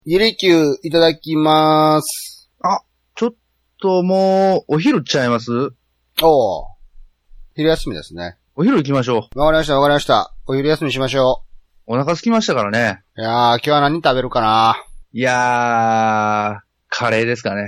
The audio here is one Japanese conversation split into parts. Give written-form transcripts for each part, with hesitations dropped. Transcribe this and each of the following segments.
ギリキューいただきます。 ちょっともう、お昼ちゃいます？ おー。昼休みですね。 お昼行きましょわかりました。お昼休みしましょう。お腹空きましたからね。 いやー、今日は何食べるかな。 いやー、カレーですかね。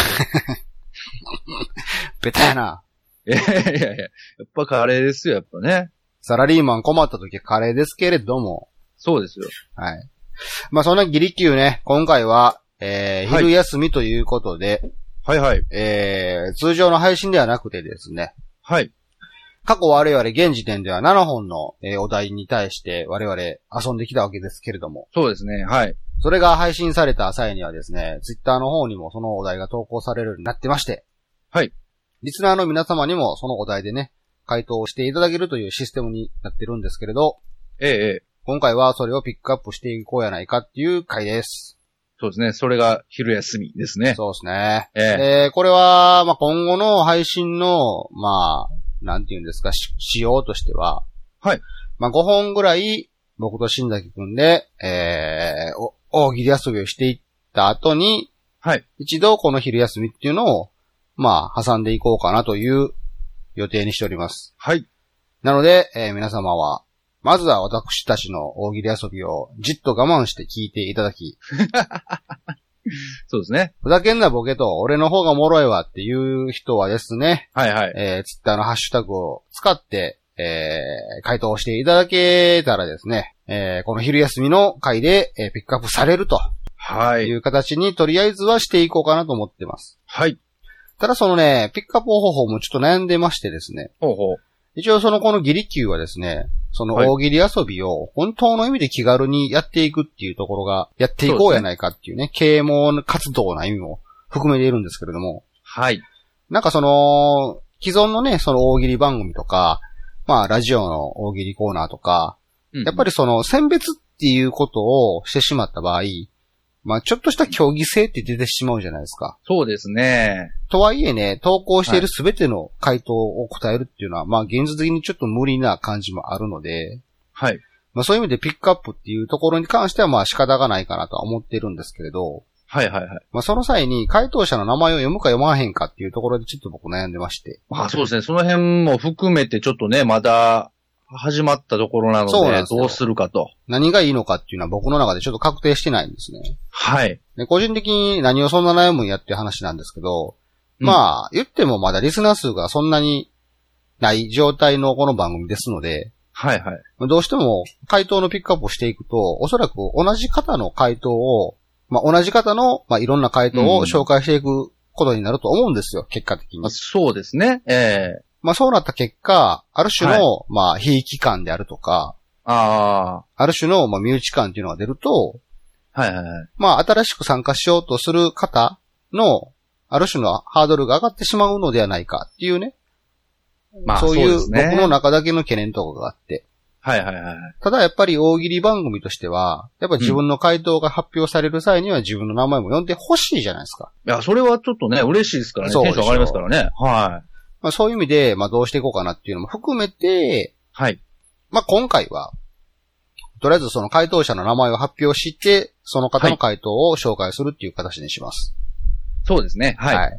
ベタやな。 いや、やっぱカレーですよ、やっぱね。 サラリーマン困った時はカレーですけれども。 そうですよ。 はい。まあそんなギリキューね、今回は、昼休みということで、 はいはい。 通常の配信ではなくてですね。 はい。 過去我々現時点では7本の、お題に対して我々遊んできたわけですけれども。 そうですね、はい。 それが配信された際にはですね、ツイッターの方にもそのお題が投稿されるようになってまして。 はい。 リスナーの皆様にもそのお題でね、回答をしていただけるというシステムになってるんですけれど。今回はそれをピックアップしていこうやないかっていう回です。 そうですね。それが昼休みですね。 そうですね。これは、まあ、今後の配信の、まあ、なんていうんですか、仕様としては。 はい。 まあ、5本ぐらい、僕と新崎くんで、大喜利遊びをしていった後に、 はい。 一度この昼休みっていうのを、まあ、挟んでいこうかなという予定にしております。 はい。 なので、皆様は、まずは私たちの大喜利遊びをじっと我慢して聞いていただき。 そうですね。 ふざけんなボケと俺の方が脆いわっていう人はですね。 はいはい。 ツイッターのハッシュタグを使って、回答していただけたらですね、この昼休みの回で、ピックアップされると。 はい。 いう形にとりあえずはしていこうかなと思ってます。 はい。 ただそのね、ピックアップ方法もちょっと悩んでましてですね。 ほうほう。 一応このギリキューはですね、その大喜利遊びを本当の意味で気軽にやっていくっていうところが、やっていこうやないかっていうね、啓蒙活動な意味も含めているんですけれども。はい。なんか既存のね、その大喜利番組とか、まあラジオの大喜利コーナーとか、やっぱり選別っていうことをしてしまった場合、まあちょっとした競技性って出てしまうじゃないですか。 そうですね。 とはいえね、投稿しているすべての回答を答えるっていうのは、まあ現実的にちょっと無理な感じもあるので、はい。まあそういう意味でピックアップっていうところに関してはまあ仕方がないかなとは思っているんですけれど、はいはいはい。まあその際に回答者の名前を読むか読まへんかっていうところでちょっと僕悩んでまして。 まあそうですね。その辺も含めてちょっとね、まだ始まったところなので、どうするかと。 何がいいのかっていうのは僕の中でちょっと確定してないんですね。 はい。 で個人的に何をそんな悩むんやっていう話なんですけど、まあ、言ってもまだリスナー数がそんなにない状態のこの番組ですので、はいはい。どうしても回答のピックアップをしていくと、おそらく同じ方の回答を、まあ同じ方の、まあいろんな回答を紹介していくことになると思うんですよ、結果的に。 そうですね。 まあそうなった結果、ある種の、まあ、非域感であるとか、ある種の、まあ、身内感っていうのが出ると、はいはいはい。まあ、新しく参加しようとする方の、ある種のハードルが上がってしまうのではないかっていうね。まあ、そういう僕の中だけの懸念とかがあって。はいはいはい。ただやっぱり大喜利番組としては、やっぱ自分の回答が発表される際には自分の名前も呼んでほしいじゃないですか。 いや、それはちょっとね、嬉しいですからね。テンション上がりますからね。はい。 まあそういう意味で、まあどうしていこうかなっていうのも含めて、はい。まあ今回は、とりあえずその回答者の名前を発表して、その方の回答を紹介するっていう形にします。 そうですね。はい。はい、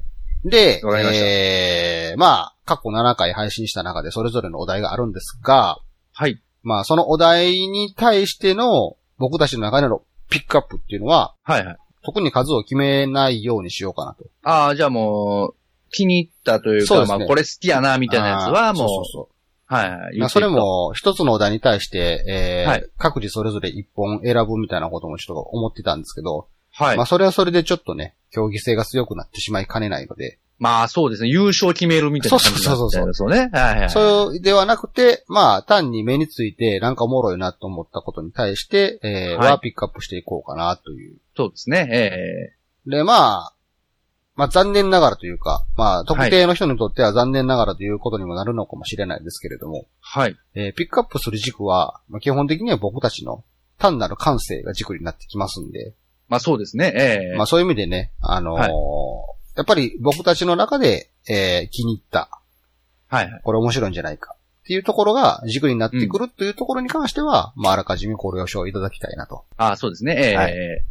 で、まあ、過去7回配信した中でそれぞれのお題があるんですが、はい。まあそのお題に対しての僕たちの中でのピックアップっていうのは、はいはい。特に数を決めないようにしようかなと。 ああ、じゃあもう、気に入ったというか、まあこれ好きやな、みたいなやつはもう、そう。はい。 それも一つのお題に対して、はい、各自それぞれ一本選ぶみたいなこともちょっと思ってたんですけど、はい。まあそれはそれでちょっとね、競技性が強くなってしまいかねないので。 まあそうですね、優勝決めるみたいな感じになっちゃいますよね。はいはい。 そうではなくて、まあ単に目についてなんかおもろいなと思ったことに対して、はい、はピックアップしていこうかなという。 そうですね。 で、まあ残念ながらというか、まあ特定の人にとっては残念ながらということにもなるのかもしれないですけれども、はい。ピックアップする軸は、まあ、基本的には僕たちの単なる感性が軸になってきますんで、 まあそうですね。 まあそういう意味でね、はい、やっぱり僕たちの中で、気に入った、はい。これ面白いんじゃないかっていうところが軸になってくるというところに関しては、まああらかじめご了承いただきたいなと。 ああ、そうですね。はい。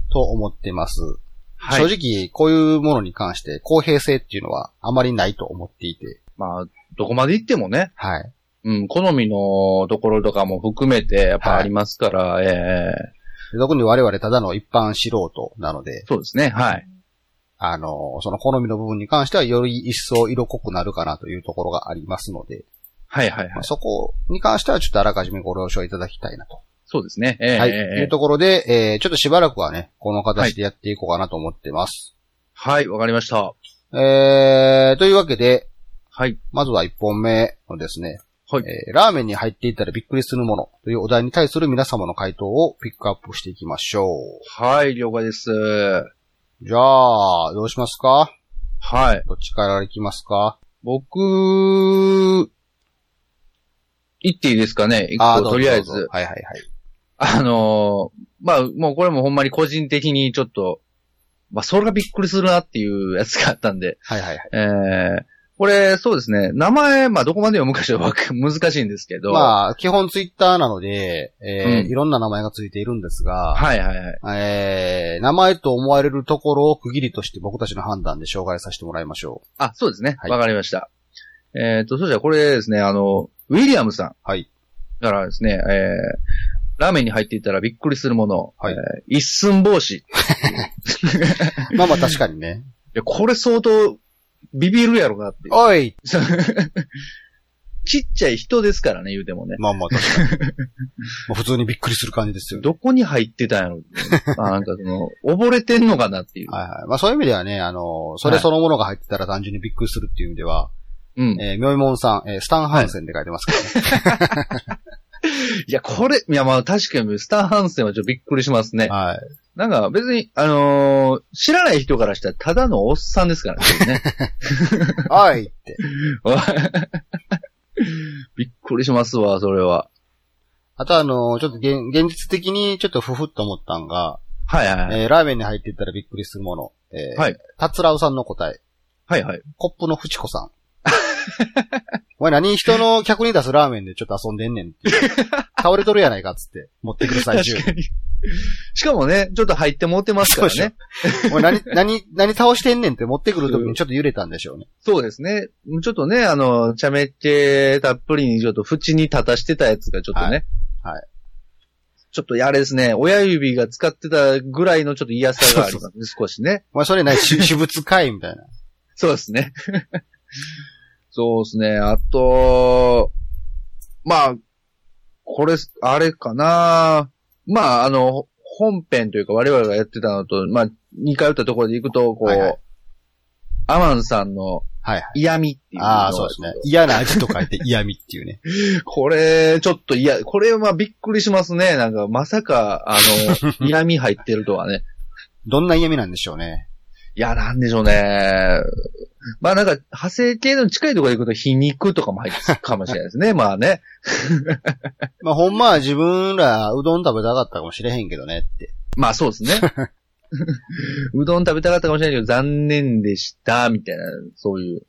と思ってます。はい、正直、こういうものに関して公平性っていうのはあまりないと思っていて。 まあ、どこまで行ってもね。 はい。 うん、好みのところとかも含めてやっぱありますから、はい、 特に我々ただの一般素人なので。 そうですね、はい。 その好みの部分に関してはより一層色濃くなるかなというところがありますので。 はいはいはい。 まあ、そこに関してはちょっとあらかじめご了承いただきたいなと。 そうですね。 はい。というところで、ちょっとしばらくはね、この形でやっていこうかなと思ってます。 はい、わかりました。 というわけで、 はい。 まずは1本目のですね、 はい。 ラーメンに入っていたらびっくりするものというお題に対する皆様の回答をピックアップしていきましょう。 はい、了解です。 じゃあ、どうしますか？ はい。 どっちから行きますか？ 僕、言っていいですかね？一個、とりあえず。 はいはいはい。 まあ、もうこれもほんまに個人的にちょっと、まあ、それがびっくりするなっていうやつがあったんで。 はいはいはい。 これ、そうですね。名前、まあ、どこまで読むかちょっと難しいんですけど。 まあ、基本ツイッターなので、いろんな名前がついているんですが、 はいはいはい。 名前と思われるところを区切りとして僕たちの判断で紹介させてもらいましょう。 あ、そうですね。わかりました。そしたらこれですね、ウィリアムさん。 はい。 だからですね、ラーメンに入っていたらびっくりするもの。 はい。 一寸法師。 まあまあ確かにね。 いや、これ相当、ビビるやろなって。 おいちっちゃい人ですからね、言うてもね。 まあまあ確かに。もう普通にびっくりする感じですよね。 どこに入ってたんやろ、なんか溺れてんのかなっていう。 はいはい。まあそういう意味ではね、それそのものが入ってたら単純にびっくりするっていう意味では、 うん。 みょいもんさん、スタンハンセンで書いてますからね。 いや、これ、いやまあ確かにスタンハンセンはちょっとびっくりしますね。 はい。 なんか別に、知らない人からしたらただのおっさんですからね。 おいって。 びっくりしますわ、それは。 あとちょっと現実的にちょっとふふっと思ったんが、 はいはい、 ラーメンに入っていったらびっくりするもの。 はい。 たつらうさんの答え。 はいはい。 コップのふちこさん。お前何人の客に出すラーメンでちょっと遊んでんねんって。倒れとるやないかっつって持ってくる最中。 確かに。しかもね、ちょっと入って持ってますからね。 お前何倒してんねんって持ってくるときにちょっと揺れたんでしょうね。 そうですね。ちょっとね、茶目っ気たっぷりにちょっと縁に立たしてたやつがちょっとね。 はい。はい、 ちょっとあれですね、親指が使ってたぐらいのちょっと嫌さがありますね、少しね。 お前それない、私物かいみたいな。 そうですね。そうですね。あと、まあ、これ、あれかな。まあ、本編というか我々がやってたのと、まあ、2回打ったところで行くと、こう、はいはい、アマンさんの嫌味っていう、はいはい。 ああ、そうですね。嫌な味と書いて嫌味っていうね。 これ、ちょっとこれはびっくりしますね。なんか、まさか、嫌味入ってるとはね。 どんな嫌味なんでしょうね。 いや、なんでしょうね。まあなんか、派生系の近いところで行くと皮肉とかも入ってるかもしれないですね。まあね。 まあほんまは自分らうどん食べたかったかもしれへんけどねって。 まあそうですね。うどん食べたかったかもしれないけど残念でした、みたいな、そういう。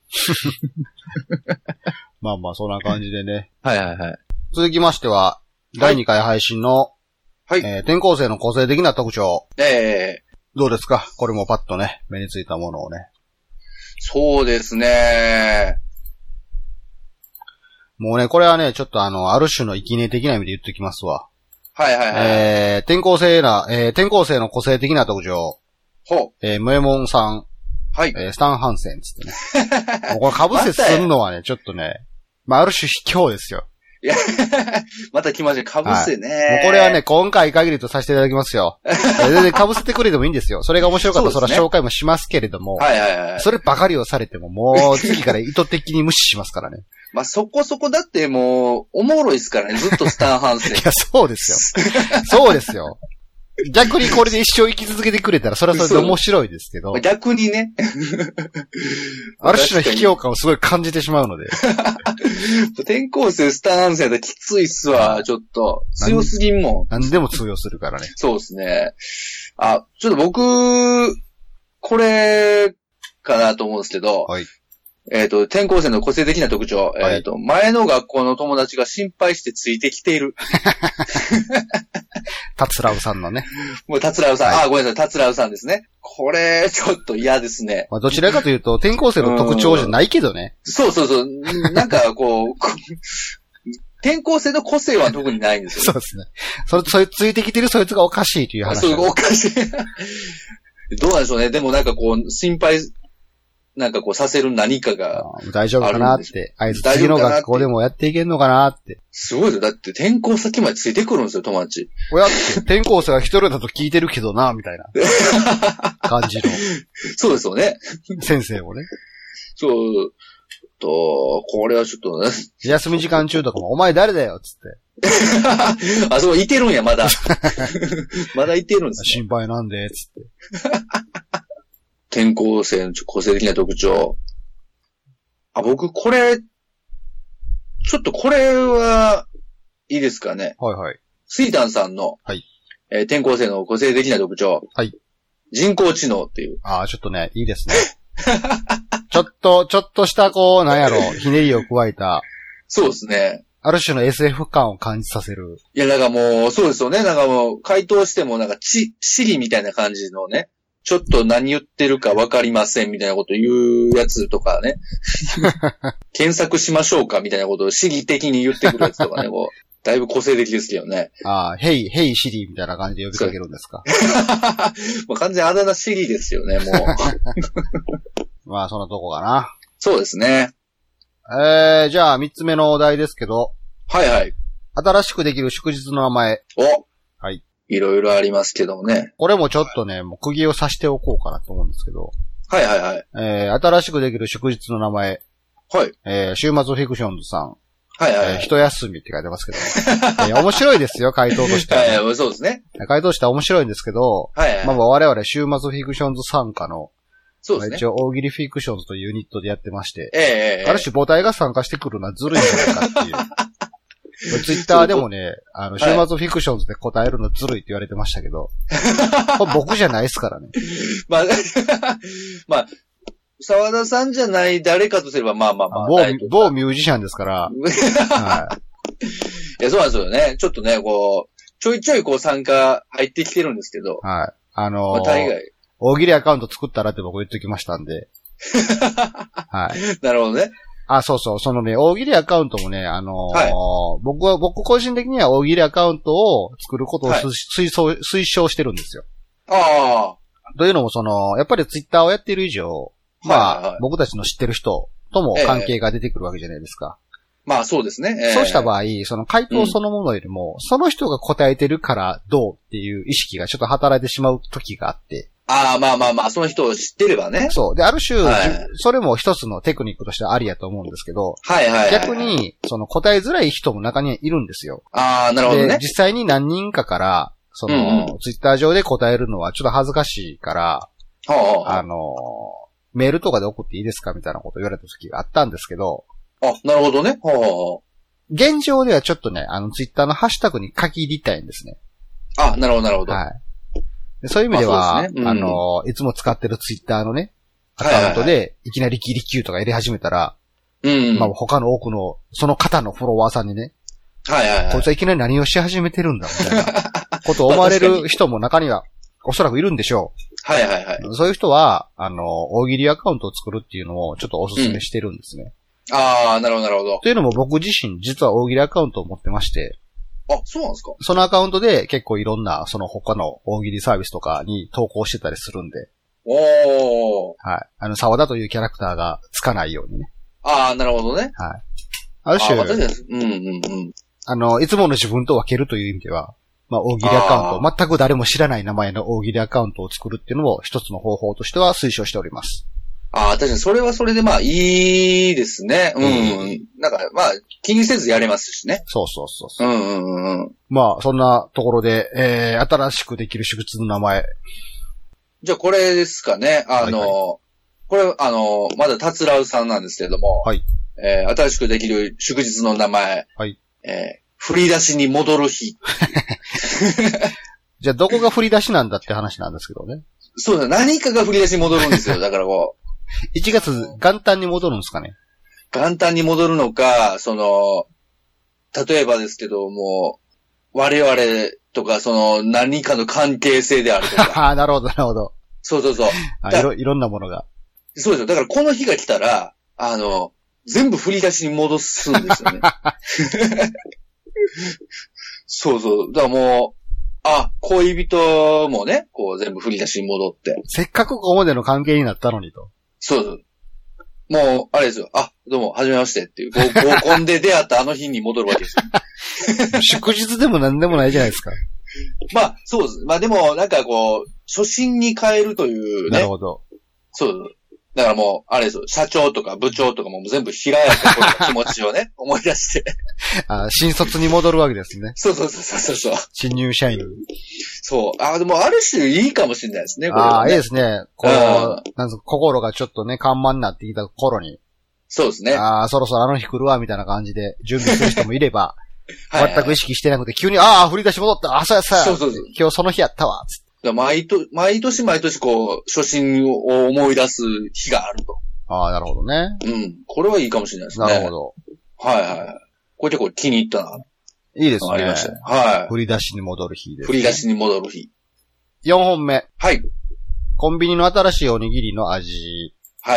まあまあそんな感じでね。 はいはいはい。 続きましては、第2回配信の、はい。転校生の個性的な特徴。どうですか？これもパッとね、目についたものをね。 そうですね。 もうね、これはね、ちょっとある種の生き値的な意味で言っておきますわ。 はいはいはい。 転校生の個性的な特徴。 ほう。 ムエモンさん。 はい。 スタンハンセンつってね。もうこれ被せするのはね、ちょっとね、まあある種卑怯ですよ。 いや、また来ました。被せね、 はい。もうこれはね、今回限りとさせていただきますよ。全然被せてくれてもいいんですよ。それが面白かったらそれは紹介もしますけれども。 はいはいはい。 そればかりをされてももう次から意図的に無視しますからね。 まあ、そこそこだってもう、おもろいですからね。ずっとスタンハンセン。 いや、そうですよ。そうですよ。逆にこれで一生生き続けてくれたら、それはそれで面白いですけど。 逆にね。 ある種の卑怯感をすごい感じてしまうので。 転校生スタンハンセンだときついっすわ、ちょっと。強すぎんもん。 何でも通用するからね。 そうですね。あ、ちょっと僕、これ、かなと思うんですけど。 はい。 転校生の個性的な特徴。はい、前の学校の友達が心配してついてきている。 タツラウさんのね。 もうタツラウさん、はい、ごめんなさい、タツラウさんですね。これ、ちょっと嫌ですね。 まあ、どちらかというと、転校生の特徴じゃないけどね。 そうそうそう。なんか、こう、転校生の個性は特にないんですよ。 そうですね。そいついてきてるそいつがおかしいという話。 そう、おかしい。どうなんでしょうね。でもなんかこう、心配、なんかこうさせる何かが。 大丈夫かなって。あいつ次の学校でもやっていけんのかなって。 すごいよ。だって転校先までついてくるんですよ、友達。 おやって、転校生が一人だと聞いてるけどな、みたいな感じの。 そうですよね。 先生もね。 そう。これはちょっとね。 休み時間中とかも、お前誰だよ、つって。 あ、そう、いてるんや、まだ。まだいてるんですね。心配なんで、つって。 転校生の個性的な特徴。あ、僕、これ、ちょっとこれは、いいですかね。 はいはい。 スイタンさんの、 はい。 転校生の個性的な特徴。 はい。 人工知能っていう。 ああ、ちょっとね、いいですね。ちょっとした、こう、なんやろ、ひねりを加えた。 そうですね。 ある種の SF 感を感じさせる。 いや、だからもう、そうですよね。なんかもう、回答してもなんか、シリみたいな感じのね。ちょっと何言ってるか分かりませんみたいなこと言うやつとかね。検索しましょうかみたいなことをシリ的に言ってくるやつとかね。こうだいぶ個性的ですけどね。 ああ、ヘイシリみたいな感じで呼びかけるんですか。 もう完全あだ名シリですよね、もう。 まあ、そんなとこかな。 そうですね。 じゃあ、3つ目のお題ですけど。 はいはい。 新しくできる祝日の名前。 おはい。 いろいろありますけどもね。 これもちょっとね、もう釘を刺しておこうかなと思うんですけど。 はいはいはい。 新しくできる祝日の名前。 はい。 週末フィクションズさん。 はいはい、はい。 一休みって書いてますけど。面白いですよ、回答としては、ね。 はい、そうですね。 回答としては面白いんですけど。 はいはい。 まあ我々週末フィクションズ参加の。 そうですね。 一応大喜利フィクションズというユニットでやってまして。ある種母体が参加してくるのはずるいんじゃないかっていう。ツイッターでもね、週末フィクションズで答えるのずるいって言われてましたけど。これ僕じゃないですからね。 まあ、沢田さんじゃない誰かとすれば、まあ。 某ミュージシャンですから。 はい。いや、そうなんですよね。ちょっとね、こう、ちょいちょいこう参加入ってきてるんですけど。 はい。 大概。 大喜利アカウント作ったらって僕言ってきましたんで。はい。 なるほどね。 あ、そうそう。そのね、大喜利アカウントもね、はい、僕個人的には大喜利アカウントを作ることを推奨してるんですよ。 ああ。 というのもやっぱりツイッターをやっている以上、まあ、僕たちの知ってる人とも関係が出てくるわけじゃないですか。 まあそうですね。 そうした場合、その回答そのものよりも、その人が答えてるからどうっていう意識がちょっと働いてしまう時があって。 ああ、まあ、その人を知ってればね。 そう。で、ある種、それも一つのテクニックとしてありやと思うんですけど、逆に、答えづらい人も中にいるんですよ。 ああ、なるほどね。 で、実際に何人かから、ツイッター上で答えるのはちょっと恥ずかしいから、メールとかで送っていいですかみたいなことを言われた時があったんですけど、 あ、なるほどね。 現状ではちょっとね、ツイッターのハッシュタグに書き入りたいんですね。 あ、なるほど、なるほど。 はい。そういう意味では、いつも使ってるツイッターのね、アカウントで、いきなりギリキューとか入れ始めたら、まあ他の多くの、その方のフォロワーさんにね、こいつはいきなり何をし始めてるんだ、みたいなことを思われる人も中には、おそらくいるんでしょう。 そういう人は、大喜利アカウントを作るっていうのをちょっとお勧めしてるんですね。 ああ、なるほど、なるほど。 というのも僕自身、実は大喜利アカウントを持ってまして、 あ、そうなんですか？ そのアカウントで結構いろんな、他の大喜利サービスとかに投稿してたりするんで。 おー。 はい。沢田というキャラクターがつかないようにね。 ああ、なるほどね。 はい。ある種、いつもの自分と分けるという意味では、まあ、大喜利アカウント、全く誰も知らない名前の大喜利アカウントを作るっていうのも一つの方法としては推奨しております。 ああ、確かにそれはそれでまあいいですね。なんかまあ気にせずやれますしね。 そう。まあそんなところで、新しくできる祝日の名前。 じゃあこれですかね。これまだ達郎さんなんですけれども。 はい。 新しくできる祝日の名前。 はい。 振り出しに戻る日。 じゃあどこが振り出しなんだって話なんですけどね。 そうだ、何かが振り出しに戻るんですよ。だからこう。 1月元旦に戻るんですかね。 元旦に戻るのか、例えばですけども、我々とか、何かの関係性であるとか。 なるほど、なるほど。 そうそうそう。 いろんなものが。 そうですよ。だからこの日が来たら、全部振り出しに戻すんですよね。そうそう。だからもう、恋人もね、こう全部振り出しに戻って。 せっかくここまでの関係になったのにと。 そうそう。もう、あれですよ。どうも、はじめましてっていう、合コンで出会ったあの日に戻るわけですよ。 祝日でも何でもないじゃないですか。 まあ、そうです。まあでも、なんかこう、初心に変えるというね。 なるほど。 そう。だからもう、あれですよ。社長とか部長とかも全部開いた頃の気持ちをね、思い出して。 新卒に戻るわけですね。 そう。 新入社員。 そう。でもある種いいかもしれないですね、これはね。いいですね。心がちょっとね、緩慢になってきた頃に。 そうですね。 そろそろあの日来るわ、みたいな感じで準備する人もいれば、全く意識してなくて、急に、振り出し戻った、そうや。 そう。 今日その日やったわ、つって。 毎年こう、初心を思い出す日があると。 なるほどね。 うん。これはいいかもしれないですね。 なるほど。 はい。これ結構気に入ったな。 いいですね。 ありました。はい。 振り出しに戻る日です、ね。 振り出しに戻る日。 4本目。 はい。 コンビニの新しいおにぎりの味。 はい。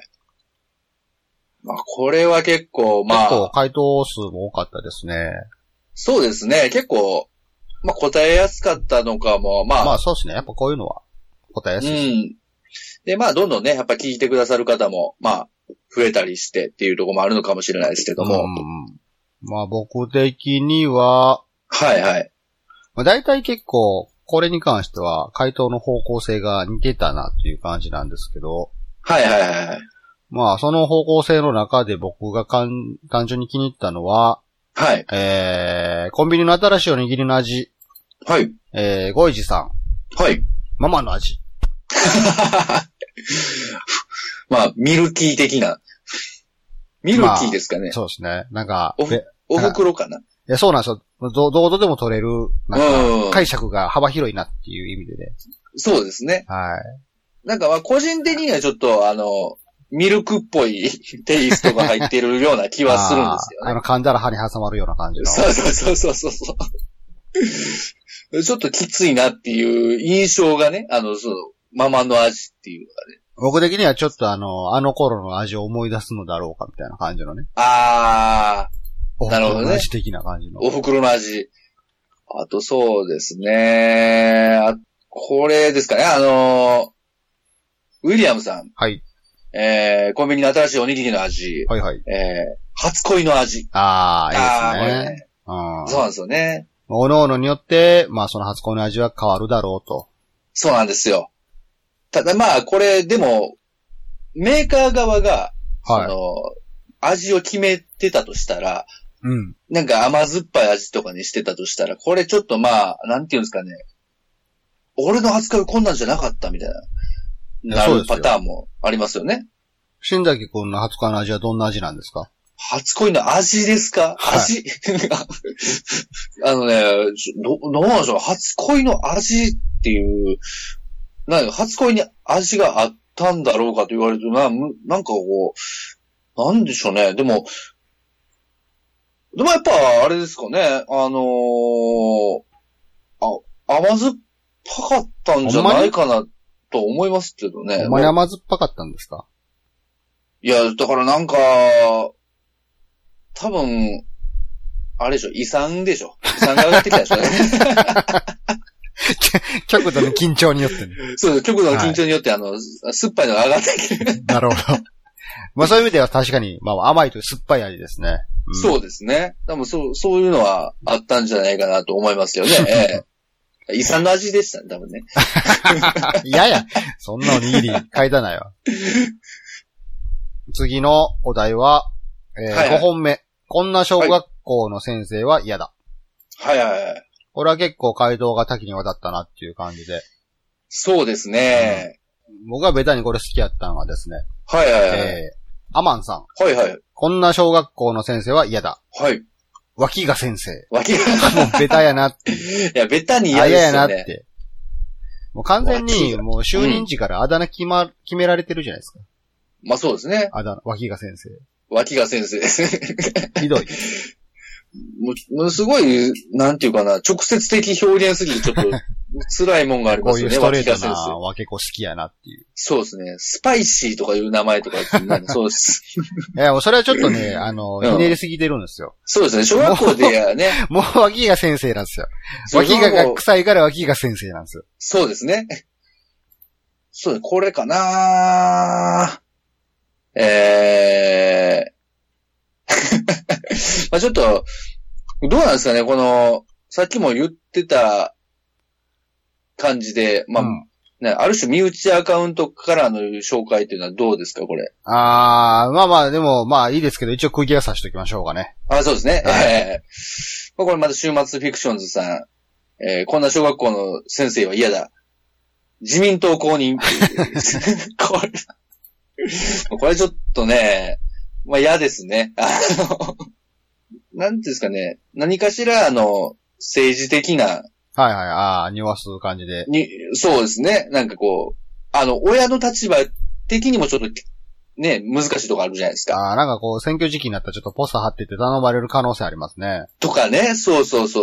まあ、これは結構、 結構回答数も多かったですね。 そうですね。結構、まあ、答えやすかったのかも、まあそうですね。やっぱこういうのは答えやすいです。うん。 で、まあ、どんどんね、やっぱ聞いてくださる方も、まあ、増えたりしてっていうところもあるのかもしれないですけども。 まあ、僕的には、 はい。 まあ、大体結構、これに関しては、回答の方向性が似てたなっていう感じなんですけど。 はい。 まあ、その方向性の中で僕が単純に気に入ったのは、 はい。 コンビニの新しいおにぎりの味。 はい。 ゴイジさん。 はい。 ママの味。 まあ、ミルキー的な。ミルキーですかね。 そうですね。なんか、 お袋かな。 いや、そうなんですよ。どうでも取れる、なんか、解釈が幅広いなっていう意味でね。 そうですね。 はい。 なんか個人的にはちょっとミルクっぽいテイストが入ってるような気はするんですよね。 噛んだら歯に挟まるような感じの。 そう。ちょっときついなっていう印象がね、ママの味っていうのがね。 僕的にはちょっとあの頃の味を思い出すのだろうかみたいな感じのね。 なるほどね。 お袋の味的な感じの。 お袋の味。あとそうですね。これですかね、ウィリアムさん。 はい。 コンビニの新しいおにぎりの味。 はい。 初恋の味。 いいですね。 そうなんですよね。 おのおのによって、まあその初恋の味は変わるだろうと。 そうなんですよ。ただまあこれでも、メーカー側が、味を決めてたとしたら、なんか甘酸っぱい味とかにしてたとしたら、これちょっとまあ、なんていうんですかね。俺の初恋はこんなんじゃなかったみたいな、なるパターンもありますよね。 新崎くんの初恋の味はどんな味なんですか？ 初恋の味ですか？味どうなんでしょう、初恋の味っていう、初恋に味があったんだろうかと言われると、なんかこう、なんでしょうね。でもやっぱ、あれですかね。甘酸っぱかったんじゃないかなと思いますけどね。 ほんまに甘酸っぱかったんですか？ いや、だからなんか、多分、あれでしょ、遺産でしょ。遺産が上がってきたでしょね。 極度の緊張によってね。 そう、極度の緊張によって、酸っぱいのが上がってきて。 なるほど。まあそういう意味では確かに、まあ甘いと酸っぱい味ですね。 そうですね。多分そういうのはあったんじゃないかなと思いますよね。遺産の味でしたね、多分ね。 いや、そんなおにぎり書いたなよ。次のお題は、5本目。こんな小学校の先生は嫌だ。 はい。 これは結構回答が多岐にわたったなっていう感じで。 そうですね。 僕がベタにこれ好きやったのはですね。 はい。 アマンさん。 はい。 こんな小学校の先生は嫌だ。 はい。 脇が先生。 もうベタやなって。 いや、ベタに嫌ですよね。 嫌やなって。もう完全に、もう就任時からあだ名決められてるじゃないですか。 まあそうですね。 脇が先生。 脇が先生ですね。 ひどい。 もうすごい、なんていうかな、直接的表現すぎてちょっと辛いもんがありますよね、 こういうストレートな脇子好きやなっていう。 そうですね。スパイシーとかいう名前とかそうです。 いや、もうそれはちょっとね、ひねりすぎてるんですよ。 そうですね。小学校でやね。 もう脇が先生なんですよ。脇が臭いから脇が先生なんですよ。 そうですね。そうです。これかなまあちょっと、どうなんですかね、さっきも言ってた感じで、まあ、ね、ある種身内アカウントからの紹介っていうのはどうですか、これ。 まあまあ、でも、まあいいですけど、一応区切りはさせておきましょうかね。 そうですね。これまた週末フィクションズさん、こんな小学校の先生は嫌だ。自民党公認っていうこれちょっとね、まあ嫌ですね。なんていうんですかね、何かしら政治的な。 はいはい、匂わす感じで。 そうですね。なんかこう、親の立場的にもちょっと、ね、難しいとこあるじゃないですか。 なんかこう、選挙時期になったらちょっとポスター貼ってて頼まれる可能性ありますね。 とかね、そう。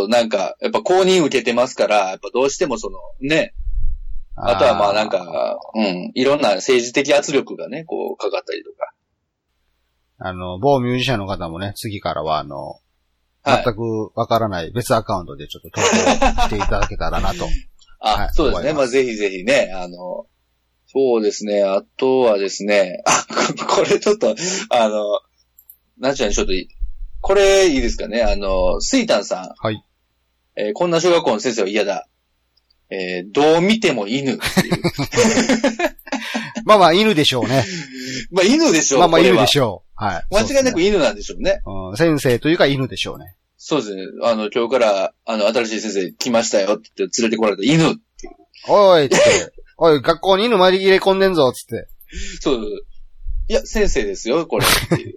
なんか、やっぱ公認受けてますから、やっぱどうしてもね、あとはまあなんか、いろんな政治的圧力がね、こう、かかったりとか。 某ミュージシャンの方もね、次からは全くわからない別アカウントでちょっと投稿していただけたらなと。 はい、そうですね。まあぜひぜひね、そうですね。あとはですね、これちょっと、なんちゅうのちょっと、これいいですかね。スイタンさん。 はい。 こんな小学校の先生は嫌だ。どう見ても犬っていう。 まあまあ犬でしょうね。 まあ犬でしょう。 まあまあ犬でしょう。はい。 間違いなく犬なんでしょうね。 先生というか犬でしょうね。 そうですね。今日から、新しい先生来ましたよって言って連れてこられた犬っていう。 おいって。おい、学校に犬紛れ込んでんぞつって。 そう。いや、先生ですよ、これっていう。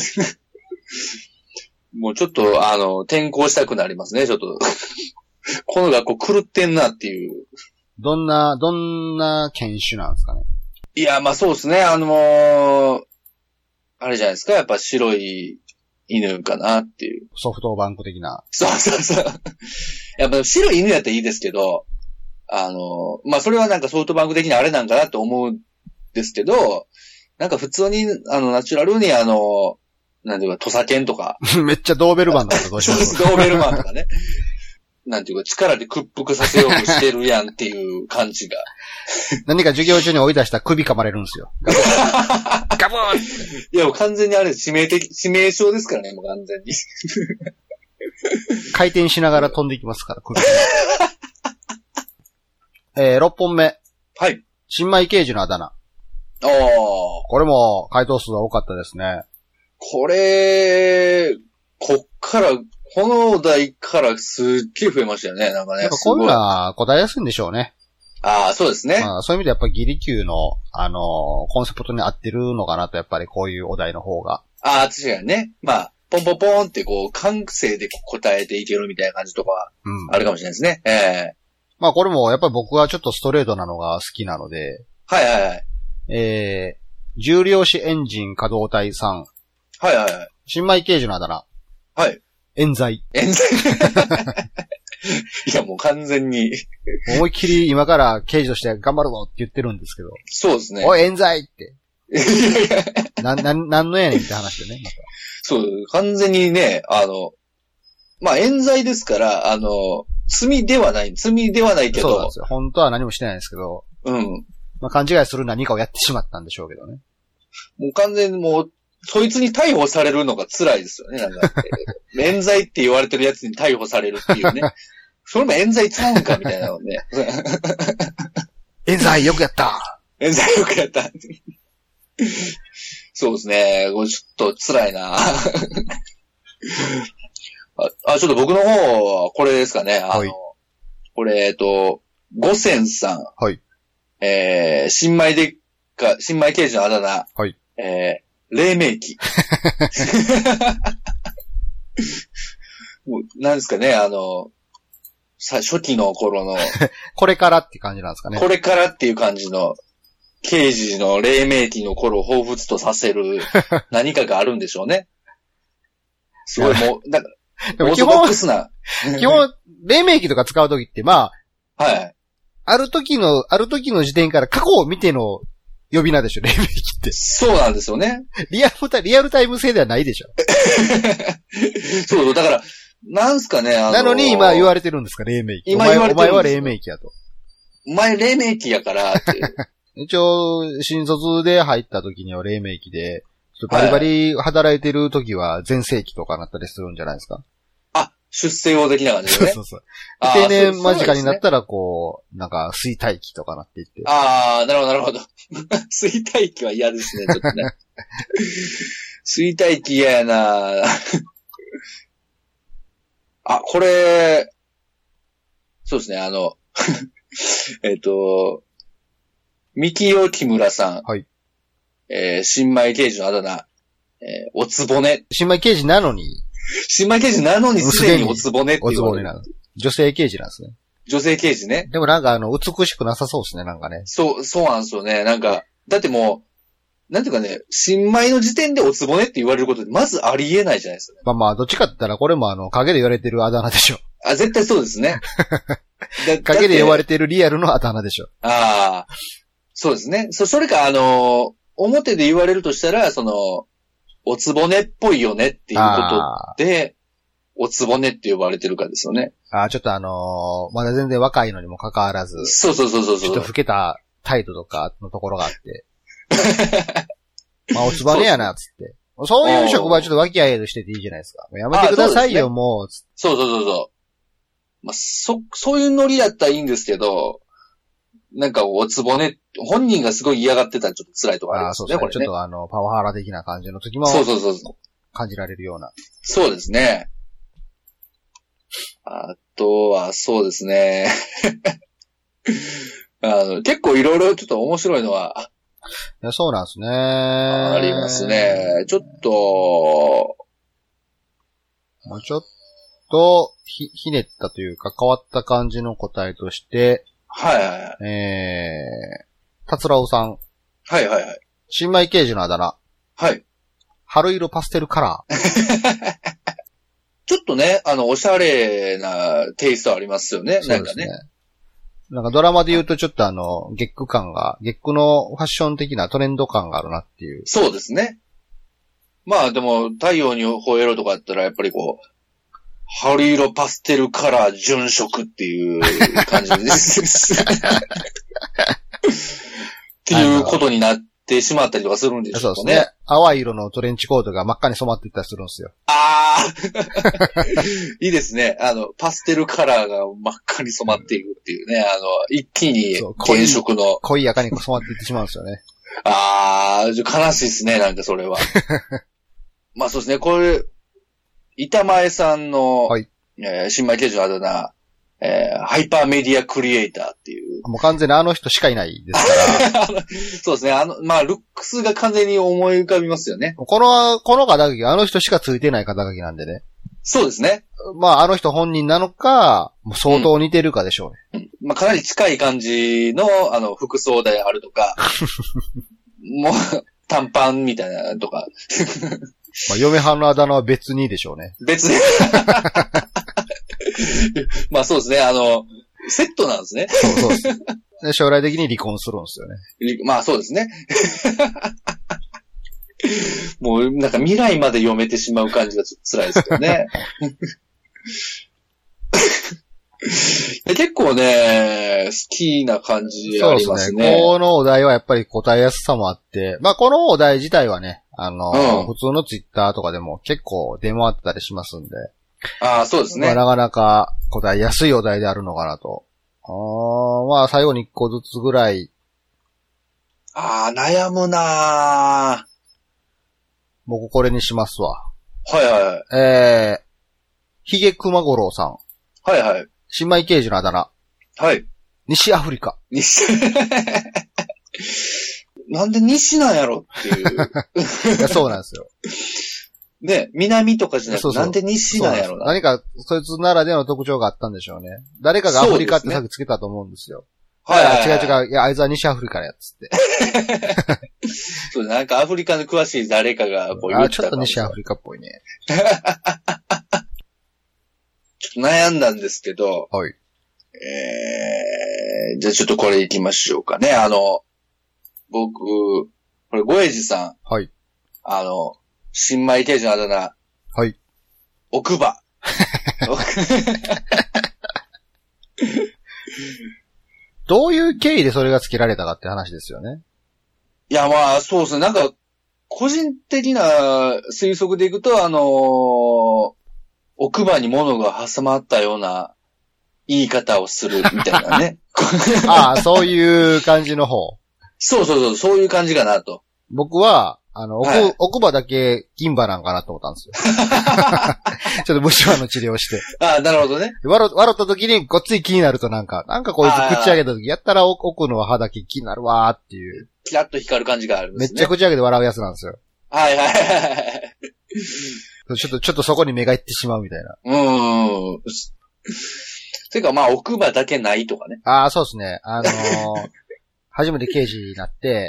もうちょっと、転校したくなりますね、ちょっと。この学校狂ってんなっていう。 どんな犬種なんですかね。 いや、まあそうですね。あれじゃないですか。やっぱ白い犬かなっていう。 ソフトバンク的な。 そう。やっぱ白い犬やったらいいですけど、まあそれはなんかソフトバンク的なあれなんかなと思うんですけど、なんか普通に、ナチュラルになんていうか、土佐犬とか。 めっちゃドーベルマンだったらどうしますドーベルマンとかね。なんていうか、力で屈服させようとしてるやんっていう感じが。 何か授業中に追い出したら首噛まれるんですよ。ガブーンいや、もう完全にあれ、致命傷ですからね、もう完全に。 回転しながら飛んでいきますから、首。6本目。 はい。 新米刑事のあだ名。これも回答数が多かったですね。 これ、このお題からすっげえ増えましたよね、なんかね。 やっぱこんな答えやすいんでしょうね。 そうですね。 そういう意味でやっぱりギリ級の、コンセプトに合ってるのかなと、やっぱりこういうお題の方が。 確かにね。まあ、ポンポンポンってこう、感性で答えていけるみたいな感じとかは、あるかもしれないですね。 まあこれもやっぱり僕はちょっとストレートなのが好きなので。 はい。 重量子エンジン稼働体さん。 はい。 新米刑事のあだ名。 はい。 冤罪。 いや、もう完全に。 思いっきり今から刑事として頑張るぞって言ってるんですけど。 そうですね。 おい、冤罪って。なんのやねんって話でね。またそう、完全にね、まあ、冤罪ですから、罪ではないけど。そうなんですよ。本当は何もしてないんですけど。まあ、勘違いする何かをやってしまったんでしょうけどね。 もう完全にもう、そいつに逮捕されるのが辛いですよね、なんか。冤罪って言われてるやつに逮捕されるっていうね。それも冤罪ちゃうんか、みたいなのね。 冤罪よくやった冤罪よくやったそうですね。ちょっと辛いなちょっと僕の方はこれですかね。これ、五千さん。 はい。 新米刑事のあだ名。 はい。 黎明期。もう、なんですかね、初期の頃の。 これからって感じなんですかね。 これからっていう感じの。 刑事の黎明期の頃を彷彿とさせる何かがあるんでしょうね。すごいもう、なんか、オーソドックスな。 基本、黎明期とか使うときって、まあ、はい。 ある時の時点から過去を見ての呼び名でしょ、黎明期って。 そうなんですよね。 リアルタイム性ではないでしょ。 そう、だから、なんすかね、 なのに今言われてるんですか、黎明期。 今言われてるんです。 お前は黎明期やと。 お前黎明期やからって。 一応、新卒で入った時には黎明期で、バリバリ働いてる時は全盛期とかなったりするんじゃないですか。 あ、出世用的な感じでね。 そう。定年間近になったらこう、なんか衰退期とかなっていって。 ああ、なるほど。衰退期は嫌ですね、ちょっとね。衰退期嫌やなあ、これ、そうですね、三木よ木村さん。 はい。 新米刑事のあだ名。おつぼね。 新米刑事なのに。 新米刑事なのにすでにおつぼねって言われる。おつぼねなの。 女性刑事なんですね。 女性刑事ね。 でもなんか美しくなさそうですね、なんかね。 そうなんですよね。なんか、だってもう、なんていうかね、新米の時点でおつぼねって言われることまずありえないじゃないですか、ね。 まあ、どっちかって言ったらこれも陰で言われてるあだ名でしょ。 あ、絶対そうですね。 陰で言われてるリアルのあだ名でしょ。 ああ。そうですね。それか、表で言われるとしたら、おつぼねっぽいよねっていうことで、おつぼねって呼ばれてるかですよね。 ちょっとまだ全然若いのにもかかわらず。 そう。ちょっと老けた態度とかのところがあって。まあ、おつぼねやな、つって。そういう職場はちょっと和気あいあいとしてていいじゃないですか。もうやめてくださいよ、もう。 そう。まあ、そういうノリだったらいいんですけど、なんかおつぼね、本人がすごい嫌がってたらちょっと辛いとこありますね、これね。 ちょっとパワハラ的な感じの時も。 そう。 感じられるような。 そうですね。あとは、そうですね。結構いろいろちょっと面白いのは。 いや、そうなんですね。 ありますね。ちょっと、 もうちょっと、ひねったというか変わった感じの答えとして、 はい。 達郎さん。 はい。 新米刑事のあだ名。 はい。 春色パステルカラー。 ちょっとね、おしゃれなテイストありますよね。なんかね。 なんかドラマで言うとちょっと月句のファッション的なトレンド感があるなっていう。 そうですね。まあでも、太陽に吠えろとかやったらやっぱりこう、春色パステルカラー純色っていう感じです。っていうことになってしまったりとかするんでしょうね。 そうですね。淡い色のトレンチコートが真っ赤に染まっていったりするんですよ。 いいですね。パステルカラーが真っ赤に染まっていくっていうね。一気に原色の。 濃い赤に染まっていってしまうんですよね。 悲しいですね、なんかそれは。まあそうですね、これ、板前さんの、 はい。 新米刑事のあだ名、ハイパーメディアクリエイターっていう。 もう完全にあの人しかいないですから。 そうですね。まあ、ルックスが完全に思い浮かびますよね。 この肩書き、あの人しかついてない肩書きなんでね。 そうですね。 まあ、あの人本人なのか、もう相当似てるかでしょうね。 まあ、かなり近い感じの、服装であるとか、もう、短パンみたいなとか。 まあ、嫁はんのあだ名は別にでしょうね。 別に。まあそうですね、セットなんですね。 そうです。で将来的に離婚するんですよね。 まあそうですね。もうなんか未来まで読めてしまう感じが辛いですけどね。結構ね、好きな感じありますね。そうですね。 このお題はやっぱり答えやすさもあって、まあこのお題自体はね、普通のツイッターとかでも結構出回ってたりしますんで。 そうですね。 まあ、なかなか答えやすいお題であるのかなと。まあ最後に一個ずつぐらい。 悩むなぁ。 僕これにしますわ。 はい。 ヒゲクマゴロウさん。 はい。 新米刑事のあだ名。 はい。 西アフリカ。 なんで西なんやろっていう。 いや、そうなんですよ。 ね、南とかじゃなくて、なんで西なんやろな。 何か、そいつならでの特徴があったんでしょうね。誰かがアフリカってさっきつけたと思うんですよ。 はいはい、 違う。いや、あいつは西アフリカやつって。 そう、なんかアフリカの詳しい誰かがこう言ったちょっと西アフリカっぽいね。 ちょっと悩んだんですけど。 はい。 じゃあちょっとこれ行きましょうかね。僕、これ、ゴエジさん。 はい。 新米刑事のあだ名。 はい。 奥歯。 どういう経緯でそれが付けられたかって話ですよね。 いや、まあ、そうですね。なんか、個人的な推測でいくと、奥歯に物が挟まったような言い方をするみたいなね。 ああ、そういう感じの方。 そういう感じかなと。 僕は、奥歯だけ銀歯なんかなと思ったんですよ。ちょっと虫歯の治療をして。 ああ、なるほどね。 笑った時にごっつい気になるとなんかこいつ口上げた時、やったら奥の歯だけ気になるわーっていう。 キラッと光る感じがあるんですね。 めっちゃ口上げて笑うやつなんですよ。 はい。 ちょっとそこに目がいってしまうみたいな。 てかまあ奥歯だけないとかね。 ああ、そうですね。初めて刑事になって、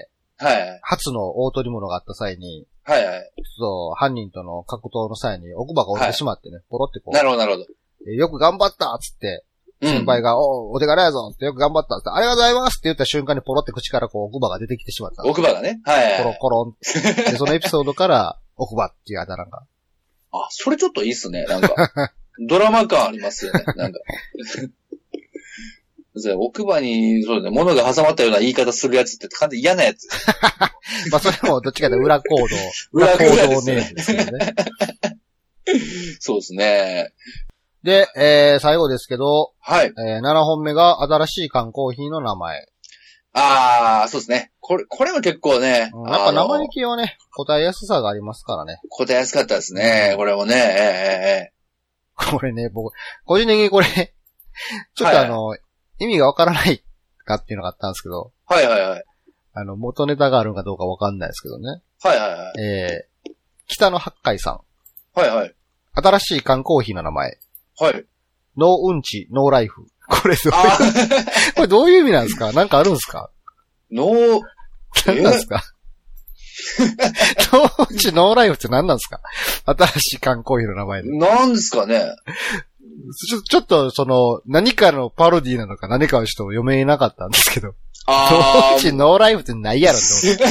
はい。 初の大取り物があった際に、 はい。 そう、犯人との格闘の際に奥歯が折れてしまってね、ポロってこう。 なるほど。 よく頑張ったっつって、先輩が、お手柄やぞってよく頑張ったって、ありがとうございますって言った瞬間にポロって口からこう奥歯が出てきてしまった。 奥歯がね。はい。 コロンって。で、そのエピソードから奥歯っていうあだ名が。 あ、それちょっといいっすね。なんか、ドラマ感ありますよね。なんか。奥歯に、そうね、物が挟まったような言い方するやつって完全に嫌なやつ。 まあそれもどっちかというと裏行動ネームですよね。 そうですね。 で、最後ですけど、 はい。 7本目が新しい缶コーヒーの名前。 ああ、そうですね。これも結構ね。 やっぱ名前系はね、答えやすさがありますからね。 答えやすかったですね。これもね。 これね、僕、個人的にこれ、ちょっと意味がわからないかっていうのがあったんですけど。 はい。 元ネタがあるのかどうかわかんないですけどね。 はい。 北野八海さん。 はい。 新しい缶コーヒーの名前。 はい。 ノーうんち、ノーライフ。これどういう意味なんですか？なんかあるんですか？何なんですか？ノーうんち、ノーライフって何なんですか？新しい缶コーヒーの名前で。 何ですかね？ ちょっと何かのパロディーなのか何かをちょっと読めなかったんですけど。ノーうんち、ノーライフってないやろって思って。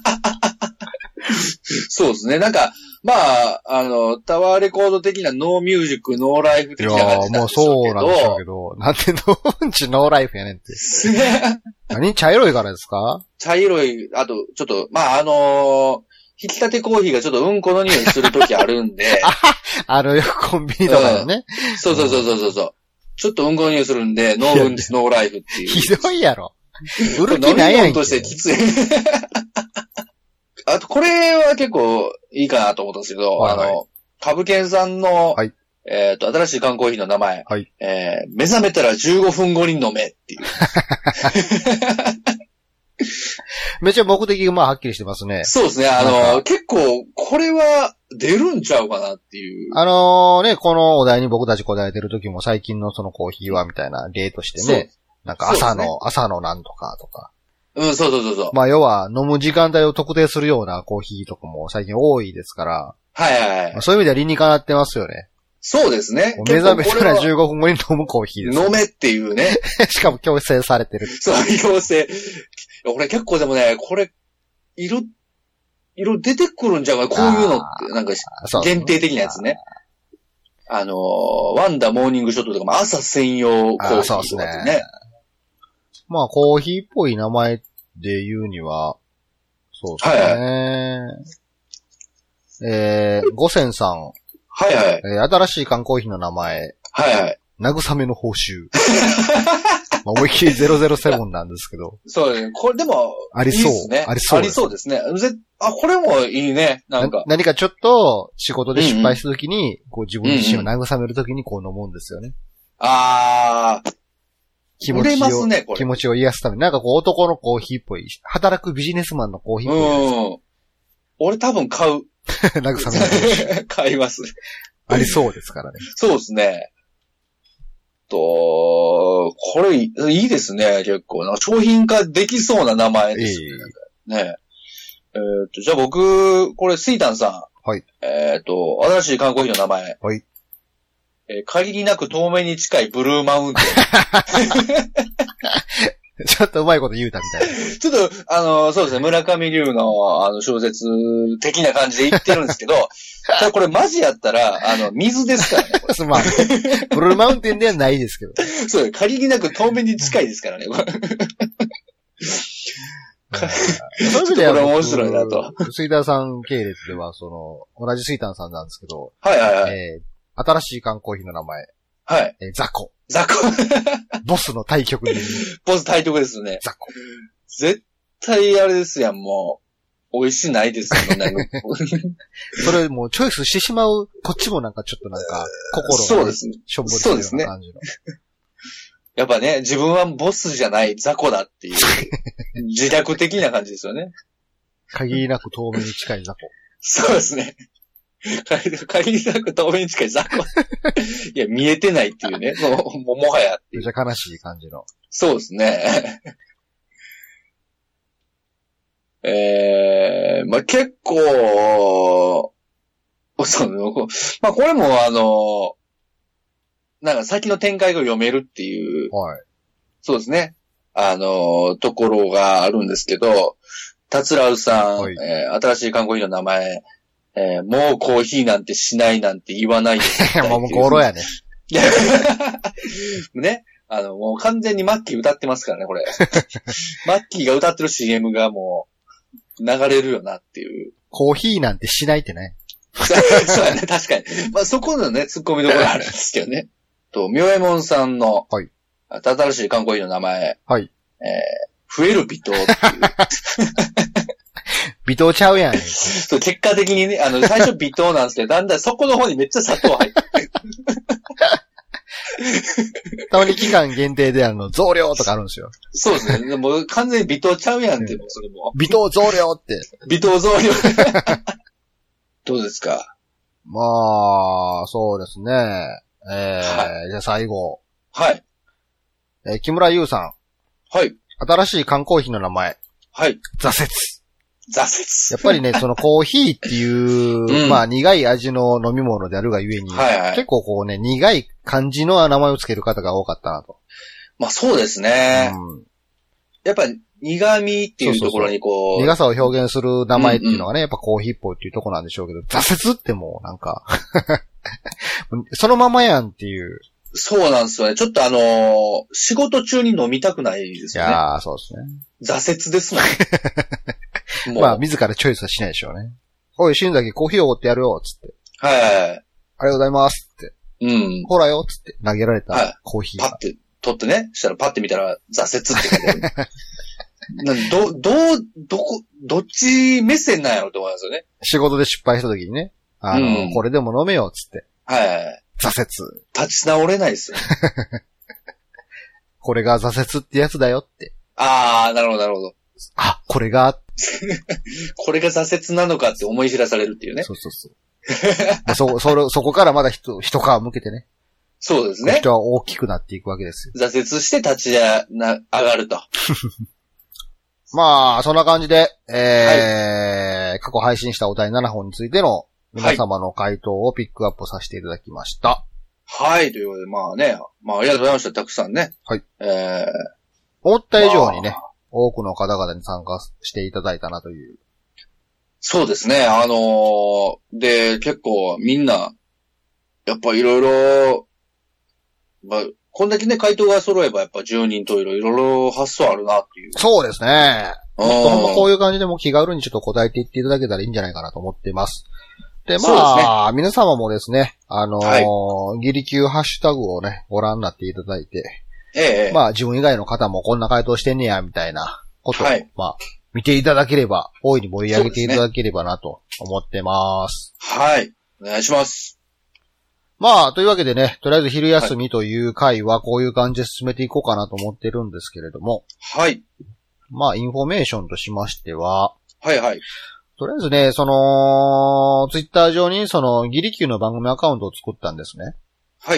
そうですね。なんか、まあ、タワーレコード的なノーミュージック、ノーライフ的な感じなんでしょうけど。 もうそうなんでしょうけど、なんでノーうんち、ノーライフやねんって。何茶色いからですか？ 茶色い、あと、ちょっと、まあ、引き立てコーヒーがちょっとうんこの匂いするときあるんで。 よくコンビニとかでね。 そう。ちょっとうんこの匂いするんで、ノーうんち、ノーライフっていう。 ひどいやろ。売る気ないやんけ。飲み物としてきつい。あと、これは結構いいかなと思ったんですけど、株券さんの、 はい、 新しい缶コーヒーの名前、 はい、 目覚めたら15分後に飲めっていう。 めっちゃ目的がまあはっきりしてますね。 そうですね。結構、これは出るんちゃうかなっていう。 ね、このお題に僕たち答えてる時も最近のそのコーヒーはみたいな例としてね、なんか朝のなんとかとか。 そう。 まあ要は飲む時間帯を特定するようなコーヒーとかも最近多いですから。 はい。 そういう意味では理にかなってますよね。 そうですね。 目覚めたら15分後に飲むコーヒーです。 飲めっていうね。 しかも強制されてる。 そう、強制。俺結構でもね、これ、色出てくるんじゃうか、こういうのって、なんか、限定的なやつね。ワンダモーニングショットとかも朝専用コーヒーとかってね。そうですね。 まあ、コーヒーっぽい名前で言うには、そうですね。五千さん。新しい缶コーヒーの名前。慰めの報酬。まあ、思いっきり007なんですけど。 そうですね。これでも、 ありそう。 いいですね。ありそうですね。これもいいね。なんか。 何かちょっと仕事で失敗したときに、こう自分自身を慰めるときにこう飲むんですよね。気持ちを癒すために。なんかこう男のコーヒーっぽい。働くビジネスマンのコーヒーっぽい。 俺多分買う。 慰めの報酬。 買います。 ありそうですからね。 そうですね。 これいいですね、結構。なんか商品化できそうな名前ですね。ね。じゃあ僕、これ、スイタンさん。はい。 新しい缶コーヒーの名前。 はい。 限りなく透明に近いブルーマウンテン。 ちょっとうまいこと言うたみたいな。 ちょっと、そうですね、村上龍の、小説的な感じで言ってるんですけど、ただこれマジやったら、水ですからね。 まあ、ブルーマウンテンではないですけど。 そう、限りなく透明に近いですからね。 そういう意味では、 これ面白いなと。 スイタンさん系列では、同じスイタンさんなんですけど、 はいはいはい。 新しい缶コーヒーの名前。 はい。 ザコ。 ザコ。 ボスの対局に。 ボス対局ですね。 ザコ。 絶対あれですやん、もう。美味しないですよね。 それもうチョイスしてしまう、こっちもなんかちょっとなんか、心が、ね、 そうですね。 しょんぼりするような感じの。 やっぱね、自分はボスじゃないザコだっていう、自虐的な感じですよね。 限りなく透明に近いザコ。 そうですね。限りなく透明に近いザコ。いや、見えてないっていうね。もはやっていう。 めっちゃ悲しい感じの。 そうですね。まあ、結構、まあ、これもなんか先の展開が読めるっていう、 はい。 そうですね。ところがあるんですけど、達郎さん、はい、新しい缶コーヒーの名前、もうコーヒーなんてしないなんて言わないでもうゴロやね。 ね。もう完全にマッキー歌ってますからね、これ。マッキーが歌ってる CM がもう、流れるよなっていう。 コーヒーなんてしないってね。 そうだね、確かに。まあ、そこのね、突っ込みどころあるんですけどね。みょえもんさんの、はい。新しい缶コーヒーの名前。 はい。 増える微糖っていう。 微糖ちゃうやん。 そう、結果的にね、最初微糖なんですけど、だんだんそこの方にめっちゃ砂糖入ってる。 たまに期間限定で増量とかあるんですよ。 そうですね。もう完全に微糖ちゃうやんって、もうそれも。 微糖増量って。 微糖増量。どうですか？ まあ、そうですね。はい、じゃあ最後。 はい。 木村優さん。 はい。 新しい缶コーヒーの名前。 はい。 挫折。 挫折。 やっぱりね、そのコーヒーっていう、まあ苦い味の飲み物であるがゆえに、はいはい、結構こうね、苦い感じの名前をつける方が多かったなと。 まあそうですね。やっぱ苦味っていうところにこう。 苦さを表現する名前っていうのがね、やっぱコーヒーっぽいっていうところなんでしょうけど、挫折ってもうなんか、そのままやんっていう。 そうなんですよね。ちょっと仕事中に飲みたくないですよね。 いやー、そうですね。挫折ですもん。 まあ、自らチョイスはしないでしょうね。おい、新崎コーヒーをおごってやるよ、つって。 はい。ありがとうございます、って。ほらよ、つって投げられたコーヒー。 パッて取ってね、したらパッて見たら挫折って書いてある。どっち目線なんやろって思いますよね。 仕事で失敗した時にね。これでも飲めよ、つって。 はい。 挫折。 立ち直れないですよ。 これが挫折ってやつだよって。 あー、なるほど、なるほど。 あ、これが。 これが挫折なのかって思い知らされるっていうね。 そうそこからまだ一皮向けてね。 そうですね。 人は大きくなっていくわけですよ。 挫折して立ち上がると。 まあ、そんな感じで、過去配信したお題7本についての皆様の回答をピックアップさせていただきました。 はい、ということで、まあね、ありがとうございました。たくさんね。 はい。思った以上にね、多くの方々に参加していただいたなという。 そうですね。で、結構みんな、やっぱいろいろ、まあ、こんだけね、回答が揃えばやっぱ10人といろいろ発想あるなっていう。 そうですね。ほんまこういう感じでも気軽にちょっと答えていっていただけたらいいんじゃないかなと思ってます。で、まあ、皆様もですね、ギリキューハッシュタグをね、ご覧になっていただいて、まあ、自分以外の方もこんな回答してんねや、みたいなことを、まあ、見ていただければ、大いに盛り上げていただければなと思ってます。 はい。お願いします。 まあ、というわけでね、とりあえず昼休みという回はこういう感じで進めていこうかなと思ってるんですけれども。 はい。 まあ、インフォメーションとしましては、 はいはい。 とりあえずね、ツイッター上にギリキューの番組アカウントを作ったんですね。 はい。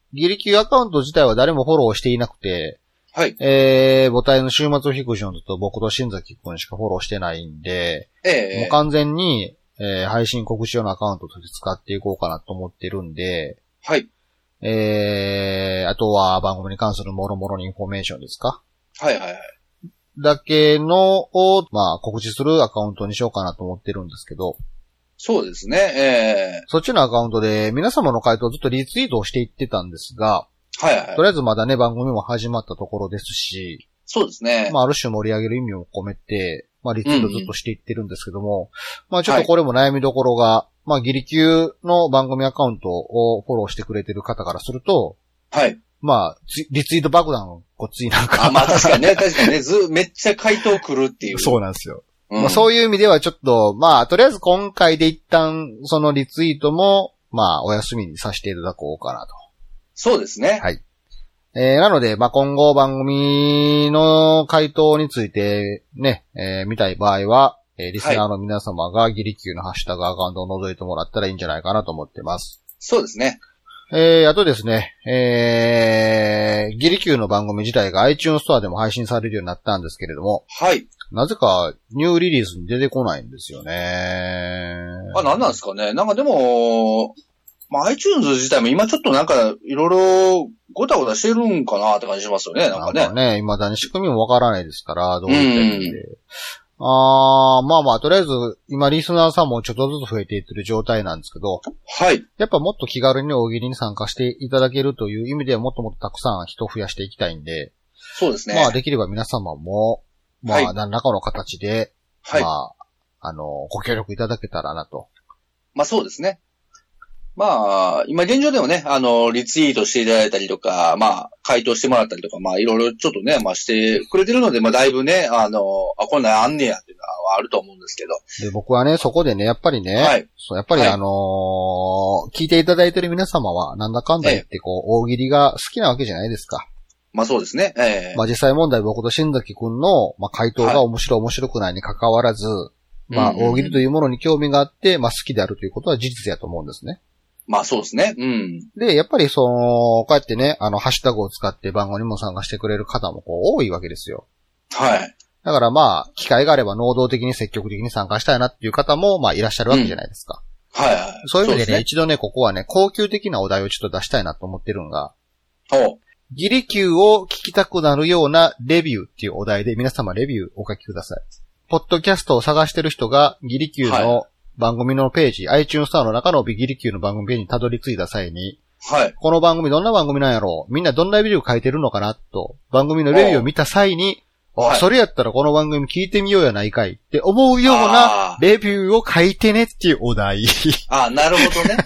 ギリキューアカウント自体は誰もフォローしていなくて、 はい。 母体の週末フィクションと僕と新崎くんしかフォローしてないんで、もう完全に、配信告知用のアカウントとして使っていこうかなと思ってるんで、 はい。 あとは番組に関する諸々のインフォメーションですか？ はいはいはい。 だけのを、まあ告知するアカウントにしようかなと思ってるんですけど、 そうですね、 そっちのアカウントで皆様の回答をずっとリツイートをしていってたんですが、 はいはい。 とりあえずまだね、番組も始まったところですし、 そうですね。 まあ、ある種盛り上げる意味を込めて、まあ、リツイートずっとしていってるんですけども、まあ、ちょっとこれも悩みどころが、まあ、ギリキューの番組アカウントをフォローしてくれてる方からすると、 はい。 まあ、リツイート爆弾をごっついなんか。 まあ確かにね、めっちゃ回答来るっていう。 そうなんですよ。まあ、そういう意味ではちょっと、まあ、とりあえず今回で一旦、そのリツイートも、まあ、お休みにさせていただこうかなと。 そうですね。 はい。なので、まあ、今後番組の回答についてね、見たい場合は、リスナーの皆様がギリキューのハッシュタグアカウントを覗いてもらったらいいんじゃないかなと思ってます。 そうですね。 あとですね、ギリキューの番組自体が iTunes ストアでも配信されるようになったんですけれども、 はい。 なぜかニューリリースに出てこないんですよね。 なんなんですかね。なんかでも、まあ、iTunes 自体も今ちょっとなんかいろいろごたごたしてるんかなって感じしますよね。なんかね。 なんかね、未だに仕組みもわからないですから、どういった意味で。まあまあ、とりあえず、今リスナーさんもちょっとずつ増えていってる状態なんですけど、 はい。 やっぱもっと気軽に大喜利に参加していただけるという意味ではもっともっとたくさん人を増やしていきたいんで、 そうですね。 まあできれば皆様も、まあ何らかの形で、 はい、 まあ、ご協力いただけたらなと。 まあそうですね。まあ、今現状でもね、リツイートしていただいたりとか、まあ、回答してもらったりとか、まあ、いろいろちょっとね、まあ、してくれてるので、まあ、だいぶね、こんなんあんねやっていうのはあると思うんですけど。 で、僕はね、そこでね、やっぱりね、 はい。 そう、やっぱり聞いていただいてる皆様は、なんだかんだ言って、こう、大喜利が好きなわけじゃないですか。 まあそうですね。 まあ実際問題僕と新崎くんの、まあ回答が面白くないに関わらず、まあ大喜利というものに興味があって、まあ好きであるということは事実やと思うんですね。 まあそうですね。うん。 で、やっぱりこうやってね、ハッシュタグを使って番号にも参加してくれる方もこう多いわけですよ。 はい。 だからまあ、機会があれば能動的に積極的に参加したいなっていう方もまあいらっしゃるわけじゃないですか。 はいはい。 そういう意味でね、一度ね、ここはね、高級的なお題をちょっと出したいなと思ってるのが、ギリキューを聞きたくなるようなレビューっていうお題で皆様レビューお書きください。ポッドキャストを探してる人がギリキューの番組のページ、iTunes ストアの中のギリキューの番組ページにたどり着いた際に、 はい。 この番組どんな番組なんやろう、みんなどんなレビュー書いてるのかなと、番組のレビューを見た際に、それやったらこの番組聞いてみようやないかいって思うようなレビューを書いてねっていうお題。 なるほどね。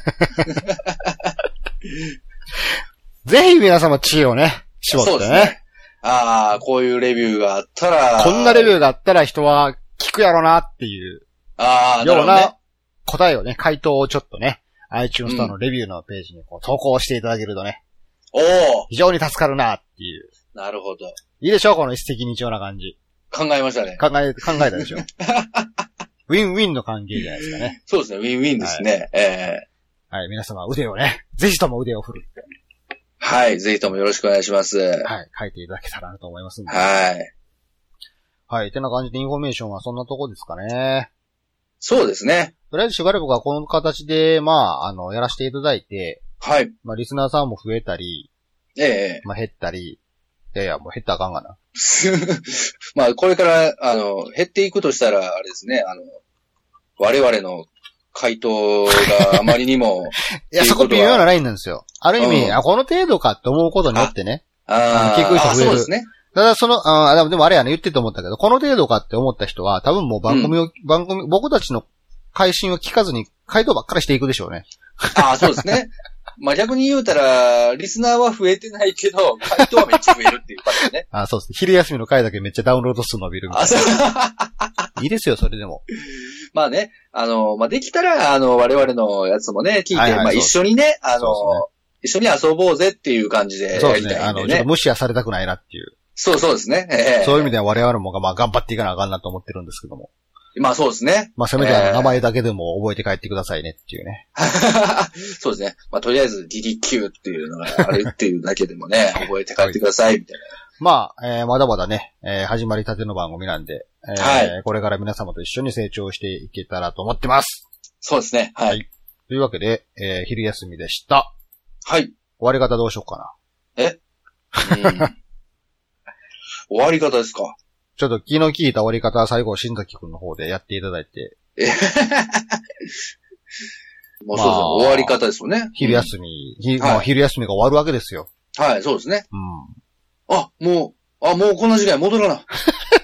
ぜひ皆様知恵をね、絞ってね。そうですね。 こういうレビューがあったら。 こんなレビューがあったら人は聞くやろなっていう。ような答えをね、回答をちょっとね、iTunes ストアのレビューのページにこう投稿していただけるとね。非常に助かるなっていう。 なるほど。 いいでしょうこの一石二鳥な感じ。 考えましたね。 考えたでしょ。ウィンウィンの関係じゃないですかね。 そうですね、ウィンウィンですね。 はい、皆様腕をね、ぜひとも腕を振るって。 はい、ぜひともよろしくお願いします。はい、 書いていただけたらなと思いますんで。 はい。 はい、てな感じでインフォメーションはそんなとこですかね。 そうですね。 とりあえずしばらくはこの形で、まあ、やらせていただいて、 はい。 まあ、リスナーさんも増えたり、まあ、減ったり、もう減ったらあかんがな。 まあ、これから、減っていくとしたら、あれですね、我々の回答があまりにも。 いや、そこ微妙なラインなんですよ。ある意味、この程度かって思うことによってね。聞く人増える。そうですね。ただでもあれやね、言ってて思ったけど、この程度かって思った人は、多分もう番組、僕たちの配信を聞かずに、回答ばっかりしていくでしょうね。 そうですね。まあ、逆に言うたら、リスナーは増えてないけど、回答はめっちゃ増えるっていうパターンね。 そうですね。昼休みの回だけめっちゃダウンロード数伸びるみたいな。いいですよ、それでも。 まあね、まあ、できたら、我々のやつもね、聞いて、まあ、一緒にね、一緒に遊ぼうぜっていう感じでやりたいんでね。 そうですね。ちょっと無視はされたくないなっていう。 そうですね。 そういう意味では我々もまあ頑張っていかなあかんなと思ってるんですけども。 まあそうですね。 まあせめて名前だけでも覚えて帰ってくださいねっていうね。 そうですね。まあとりあえず DDQ っていうのがあるっていうだけでもね、覚えて帰ってくださいみたいな。 まあ、まだまだね、始まりたての番組なんで、はい、これから皆様と一緒に成長していけたらと思ってます。 そうですね。はい。はい、 というわけで、昼休みでした。 はい。 終わり方どうしようかな。終わり方ですか。 ちょっと気の利いた終わり方は最後、新崎くんの方でやっていただいて。 もうそうそう、終わり方ですよね。 昼休み、まあ、昼休みが終わるわけですよ。 はい、そうですね。もうこんな時間戻らな。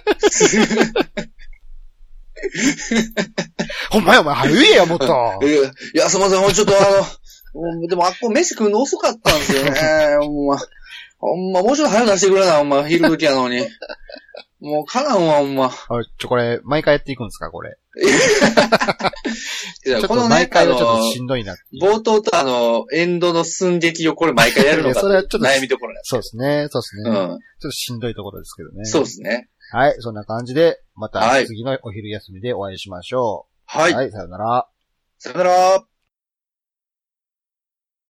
ほんまや、お前、早いや、もっと。 いや、すみません、ちょっとでも、飯食うの遅かったんですよね。ほんま、もうちょっと早く出してくれな、ほんま、昼時やのに。もう、かなんわ、ほんま。 これ、毎回やっていくんですか、これ。 このね、 毎回はちょっとしんどいなっていう。 冒頭とエンドの寸劇をこれ毎回やるのか。それはちょっと悩みどころなんです。 そうですね、そうですね。ちょっとしんどいところですけどね。 そうですね。 はい、そんな感じで、また次のお昼休みでお会いしましょう。 はい。 はい、さよなら。 さよなら。